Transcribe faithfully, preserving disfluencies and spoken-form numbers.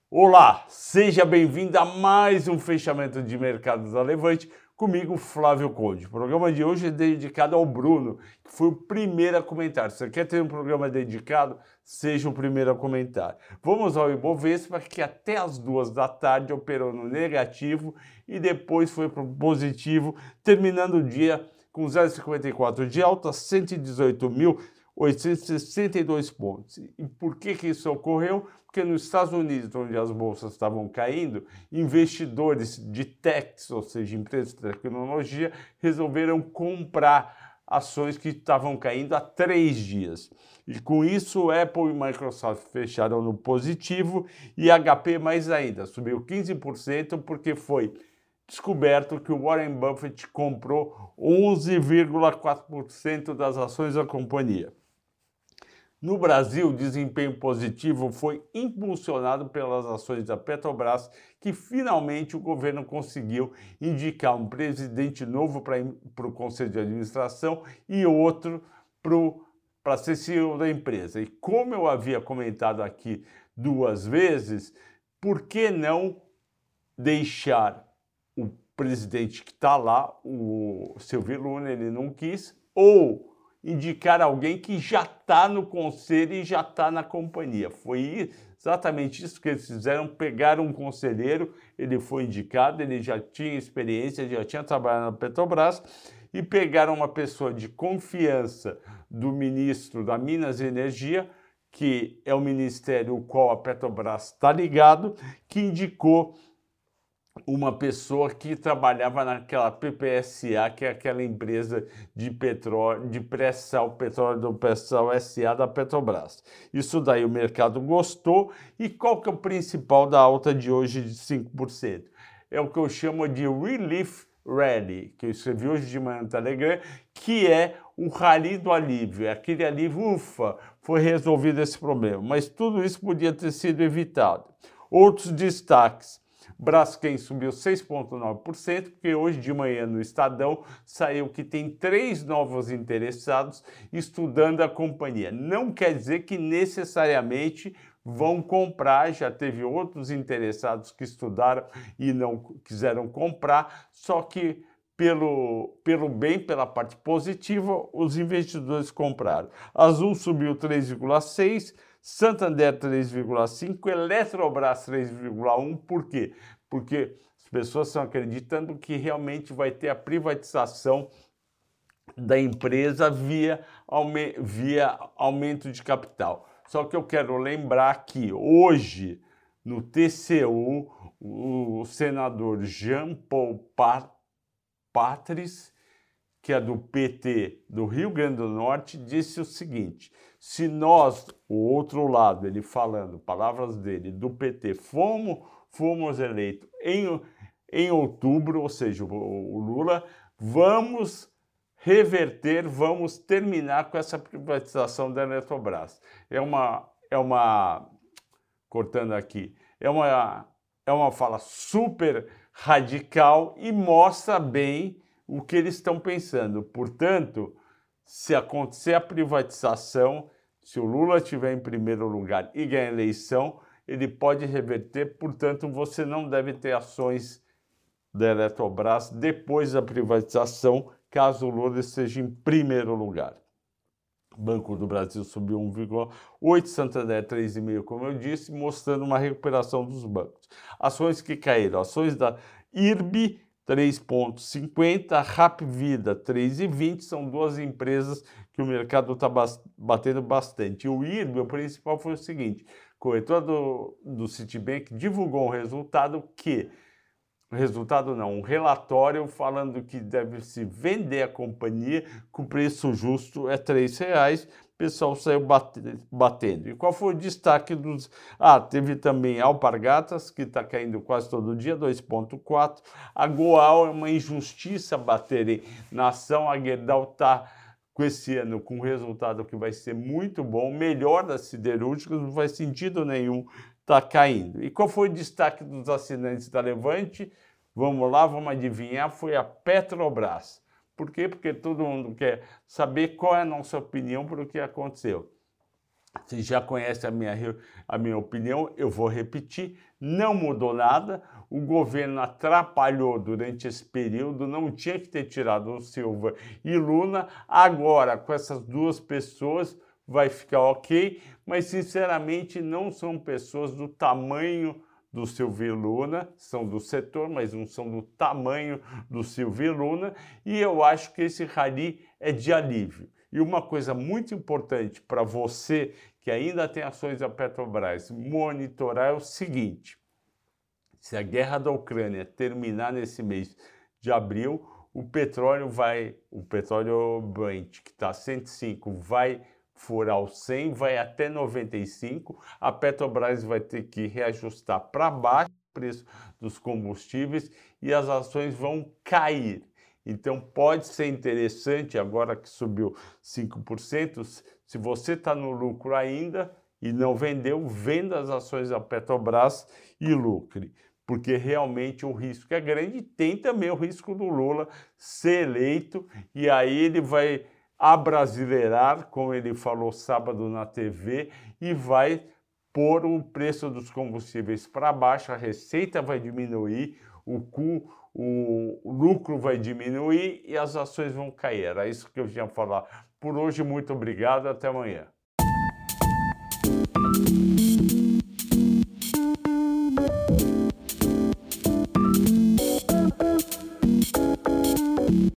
Olá, seja bem-vindo a mais um fechamento de mercado da Levante, comigo Flávio Conde. O programa de hoje é dedicado ao Bruno, que foi o primeiro a comentar. Se você quer ter um programa dedicado, seja o primeiro a comentar. Vamos ao Ibovespa, que até as duas da tarde operou no negativo e depois foi para o positivo, terminando o dia com zero vírgula cinquenta e quatro de alta, cento e dezoito mil oitocentos e sessenta e dois pontos. E por que que isso ocorreu? Porque nos Estados Unidos, onde as bolsas estavam caindo, investidores de techs, ou seja, empresas de tecnologia, resolveram comprar ações que estavam caindo há três dias. E com isso, Apple e Microsoft fecharam no positivo e H P mais ainda, subiu quinze por cento porque foi descoberto que o Warren Buffett comprou onze vírgula quatro por cento das ações da companhia. No Brasil, o desempenho positivo foi impulsionado pelas ações da Petrobras, que finalmente o governo conseguiu indicar um presidente novo para o Conselho de Administração e outro para ser C E O da empresa. E como eu havia comentado aqui duas vezes, por que não deixar o presidente que está lá, o Silvio Luna, ele não quis, ou indicar alguém que já está no conselho e já está na companhia. Foi exatamente isso que eles fizeram, pegaram um conselheiro, ele foi indicado, ele já tinha experiência, já tinha trabalhado na Petrobras, e pegaram uma pessoa de confiança do ministro da Minas e Energia, que é o ministério ao qual a Petrobras está ligado, que indicou uma pessoa que trabalhava naquela P P S A, que é aquela empresa de petróleo, de pré-sal, petróleo do pré-sal S A da Petrobras. Isso daí o mercado gostou. E qual que é o principal da alta de hoje de cinco por cento? É o que eu chamo de Relief Rally, que eu escrevi hoje de manhã no Telegram, que é o rally do alívio, é aquele alívio, ufa, foi resolvido esse problema. Mas tudo isso podia ter sido evitado. Outros destaques. Braskem subiu seis vírgula nove por cento, porque hoje de manhã no Estadão saiu que tem três novos interessados estudando a companhia. Não quer dizer que necessariamente vão comprar, já teve outros interessados que estudaram e não quiseram comprar, só que pelo, pelo bem, pela parte positiva, os investidores compraram. Azul subiu três vírgula seis por cento, Santander três vírgula cinco por cento, Eletrobras três vírgula um por cento. Por quê? Porque as pessoas estão acreditando que realmente vai ter a privatização da empresa via, aume via aumento de capital. Só que eu quero lembrar que hoje, no T C U, o senador Jean Paul Patres, que é do P T do Rio Grande do Norte, disse o seguinte: se nós, o outro lado, ele falando, palavras dele, do P T, fomos, fomos eleitos em, em outubro, ou seja, o, o Lula, vamos reverter, vamos terminar com essa privatização da Eletrobras. É uma, é uma, cortando aqui, é uma, é uma fala super radical e mostra bem o que eles estão pensando. Portanto, se acontecer a privatização, se o Lula estiver em primeiro lugar e ganhar a eleição, ele pode reverter. Portanto, você não deve ter ações da Eletrobras depois da privatização, caso o Lula esteja em primeiro lugar. Banco do Brasil subiu um vírgula oito por cento, Santander três vírgula cinco por cento, como eu disse, mostrando uma recuperação dos bancos. Ações que caíram, ações da I R B, três vírgula cinquenta, Hapvida, três vírgula vinte, são duas empresas que o mercado está batendo bastante. E o I R B, o principal foi o seguinte: a corretora do, do Citibank divulgou um resultado que, resultado não, um relatório falando que deve-se vender a companhia com preço justo, é três reais. O pessoal saiu batendo. E qual foi o destaque dos... Ah, teve também Alpargatas, que está caindo quase todo dia, dois vírgula quatro. A Goal é uma injustiça baterem na ação. A Gerdau está com esse ano com um resultado que vai ser muito bom, melhor das siderúrgicas, não faz sentido nenhum está caindo. E qual foi o destaque dos assinantes da Levante? Vamos lá, vamos adivinhar, foi a Petrobras. Por quê? Porque todo mundo quer saber qual é a nossa opinião para o que aconteceu. Você já conhece a minha, a minha opinião, eu vou repetir, não mudou nada, o governo atrapalhou durante esse período, não tinha que ter tirado o Silva e Lula, agora com essas duas pessoas vai ficar ok, mas sinceramente não são pessoas do tamanho do Silvio Luna, são do setor, mas não são do tamanho do Silvio Luna, e eu acho que esse rally é de alívio. E uma coisa muito importante para você que ainda tem ações da Petrobras monitorar é o seguinte: se a guerra da Ucrânia terminar nesse mês de abril, o petróleo vai, o petróleo Brent, que está cento e cinco, vai furar o cem, vai até noventa e cinco, a Petrobras vai ter que reajustar para baixo o preço dos combustíveis e as ações vão cair. Então pode ser interessante, agora que subiu cinco por cento, se você está no lucro ainda e não vendeu, venda as ações da Petrobras e lucre, porque realmente o risco é grande. E tem também o risco do Lula ser eleito e aí ele vai abrasileirar, como ele falou sábado na T V, e vai pôr o preço dos combustíveis para baixo, a receita vai diminuir, o, cu, o lucro vai diminuir e as ações vão cair. Era isso que eu tinha a falar por hoje. Muito obrigado, até amanhã.